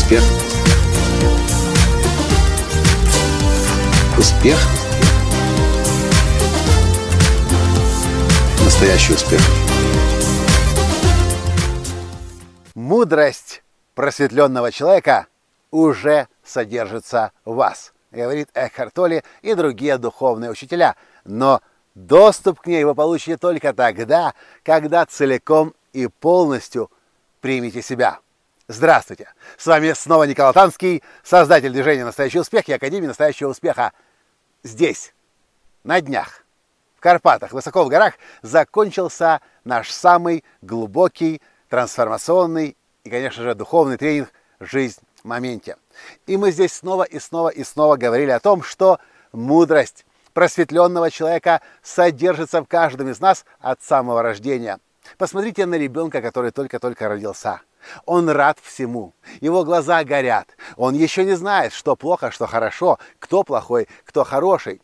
Успех. Успех. Настоящий успех. Мудрость просветленного человека уже содержится в вас, говорит Экхарт Толле и другие духовные учителя. Но доступ к ней вы получите только тогда, когда целиком и полностью примете себя. Здравствуйте! С вами снова Николай Танский, создатель движения «Настоящий успех» и Академии настоящего успеха. Здесь, на днях, в Карпатах, высоко в горах, закончился наш самый глубокий, трансформационный и, конечно же, духовный тренинг «Жизнь в моменте». И мы здесь снова и снова говорили о том, что мудрость просветленного человека содержится в каждом из нас от самого рождения. Посмотрите на ребенка, который только-только родился. Он рад всему, его глаза горят, он еще не знает, что плохо, что хорошо, кто плохой, кто хороший.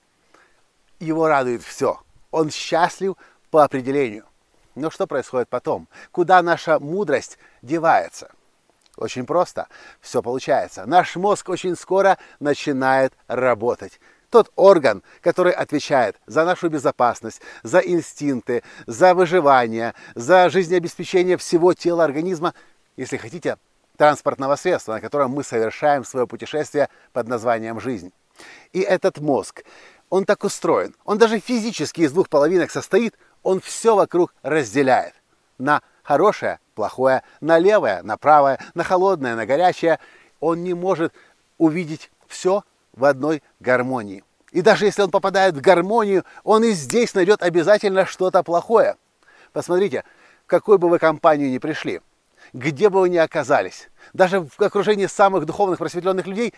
Его радует все, он счастлив по определению. Но что происходит потом? Куда наша мудрость девается? Очень просто, все получается. Наш мозг очень скоро начинает работать. Тот орган, который отвечает за нашу безопасность, за инстинкты, за выживание, за жизнеобеспечение всего тела организма, если хотите, транспортного средства, на котором мы совершаем свое путешествие под названием «жизнь». И этот мозг, он так устроен, он даже физически из двух половинок состоит, он все вокруг разделяет на хорошее, плохое, на левое, на правое, на холодное, на горячее. Он не может увидеть все в одной гармонии. И даже если он попадает в гармонию, он и здесь найдет обязательно что-то плохое. Посмотрите, в какую бы вы компанию ни пришли, где бы вы ни оказались, даже в окружении самых духовных просветленных людей,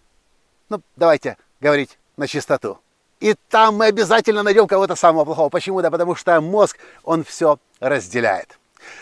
давайте говорить на чистоту. И там мы обязательно найдем кого-то самого плохого. Почему? Да потому что мозг, он все разделяет.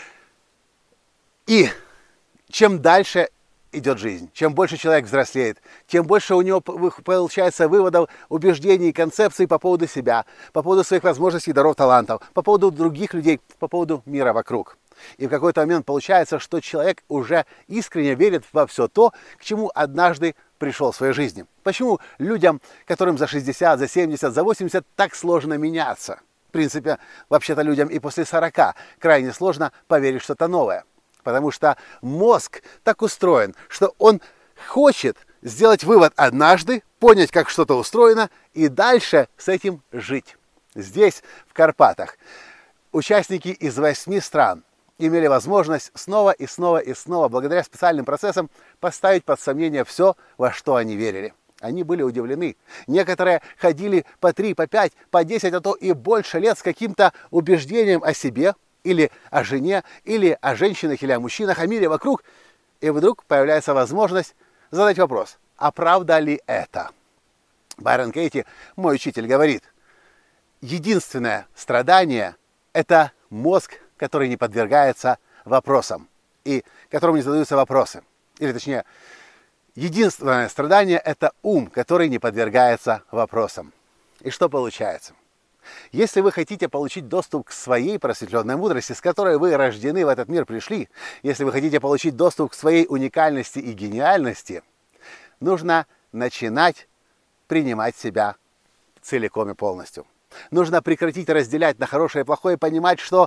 И чем дальше идет жизнь, чем больше человек взрослеет, тем больше у него получается выводов, убеждений и концепций по поводу себя, по поводу своих возможностей, даров, талантов, по поводу других людей, по поводу мира вокруг. И в какой-то момент получается, что человек уже искренне верит во все то, к чему однажды пришел в своей жизни. Почему людям, которым за 60, за 70, за 80, так сложно меняться? В принципе, вообще-то людям и после 40 крайне сложно поверить в что-то новое. Потому что мозг так устроен, что он хочет сделать вывод однажды, понять, как что-то устроено, и дальше с этим жить. Здесь, в Карпатах, участники из 8 стран имели возможность снова и снова, благодаря специальным процессам, поставить под сомнение все, во что они верили. Они были удивлены. Некоторые ходили по 3, по 5, по 10, а то и больше лет с каким-то убеждением о себе, или о жене, или о женщинах, или о мужчинах, о мире вокруг. И вдруг появляется возможность задать вопрос, а правда ли это? Байрон Кейти, мой учитель, говорит, единственное страдание – это мозг, который не подвергается вопросам, и которому не задаются вопросы. Или точнее, единственное страдание – это ум, который не подвергается вопросам. И что получается? Если вы хотите получить доступ к своей просветленной мудрости, с которой вы рождены, в этот мир пришли, если вы хотите получить доступ к своей уникальности и гениальности, нужно начинать принимать себя целиком и полностью. Нужно прекратить разделять на хорошее и плохое, понимать, что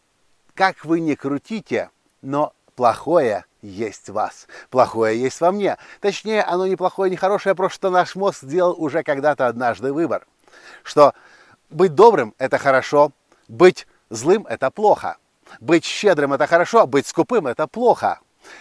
как вы ни крутите, но плохое есть в вас. Плохое есть во мне. Точнее, оно не плохое, не хорошее, просто что наш мозг сделал уже когда-то однажды выбор. Что быть добрым – это хорошо, быть злым – это плохо. Быть щедрым – это хорошо, быть скупым – это плохо.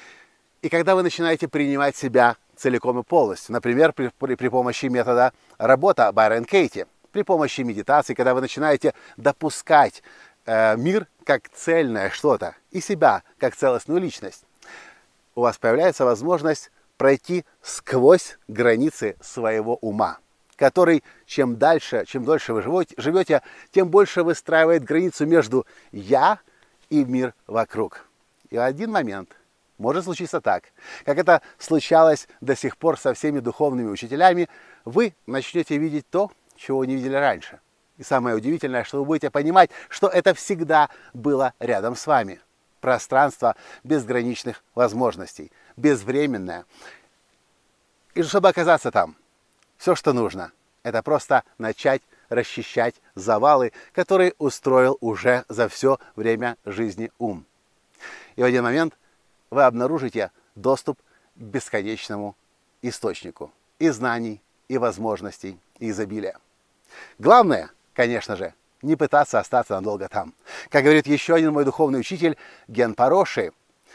И когда вы начинаете принимать себя целиком и полностью, например, при помощи метода работа Байрон Кейти, при помощи медитации, когда вы начинаете допускать мир как цельное что-то и себя как целостную личность, у вас появляется возможность пройти сквозь границы своего ума, который чем дольше вы живете, тем больше выстраивает границу между «я» и мир вокруг. И в один момент может случиться так, как это случалось до сих пор со всеми духовными учителями, вы начнете видеть то, чего не видели раньше. И самое удивительное, что вы будете понимать, что это всегда было рядом с вами. пространство безграничных возможностей, безвременное. И чтобы оказаться там, все, что нужно, это просто начать расчищать завалы, которые устроил уже за все время жизни ум. И в один момент вы обнаружите доступ к бесконечному источнику и знаний, и возможностей, и изобилия. Главное, конечно же, не пытаться остаться надолго там. Как говорит еще один мой духовный учитель Генпо Роши,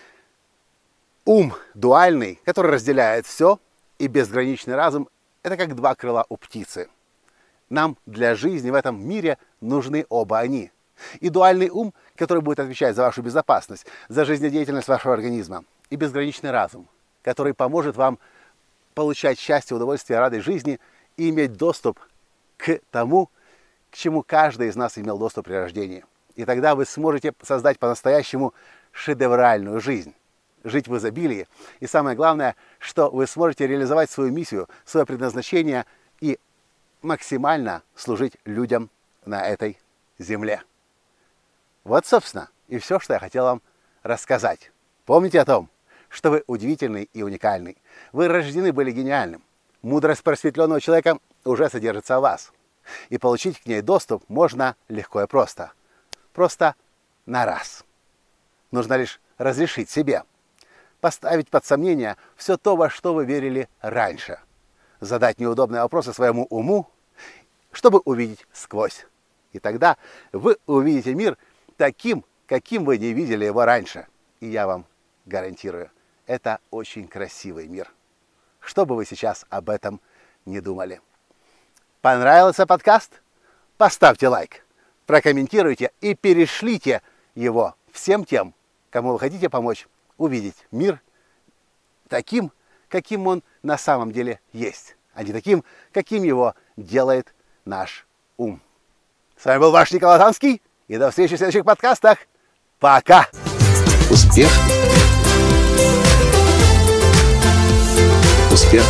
ум дуальный, который разделяет все, и безграничный разум – это как два крыла у птицы. Нам для жизни в этом мире нужны оба они. И дуальный ум, который будет отвечать за вашу безопасность, за жизнедеятельность вашего организма, и безграничный разум, который поможет вам получать счастье, удовольствие, радость жизни и иметь доступ к тому, к чему каждый из нас имел доступ при рождении. И тогда вы сможете создать по-настоящему шедевральную жизнь, жить в изобилии. И самое главное, что вы сможете реализовать свою миссию, свое предназначение и максимально служить людям на этой земле. Вот, собственно, и все, что я хотел вам рассказать. Помните о том, что вы удивительный и уникальный. Вы рождены были гениальным. Мудрость просветленного человека уже содержится в вас. И получить к ней доступ можно легко и просто. Просто на раз. Нужно лишь разрешить себе поставить под сомнение все то, во что вы верили раньше. Задать неудобные вопросы своему уму, чтобы увидеть сквозь. И тогда вы увидите мир таким, каким вы не видели его раньше. И я вам гарантирую, это очень красивый мир. Что бы вы сейчас об этом не думали. Понравился подкаст? Поставьте лайк, прокомментируйте и перешлите его всем тем, кому вы хотите помочь увидеть мир таким, каким он на самом деле есть, а не таким, каким его делает наш ум. С вами был ваш Николай Танский, и до встречи в следующих подкастах. Пока! Успех! Успех!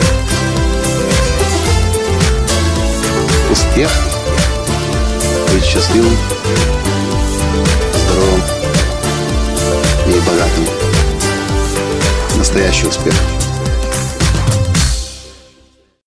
Успех! Быть счастливым, здоровым и богатым. Настоящий успех!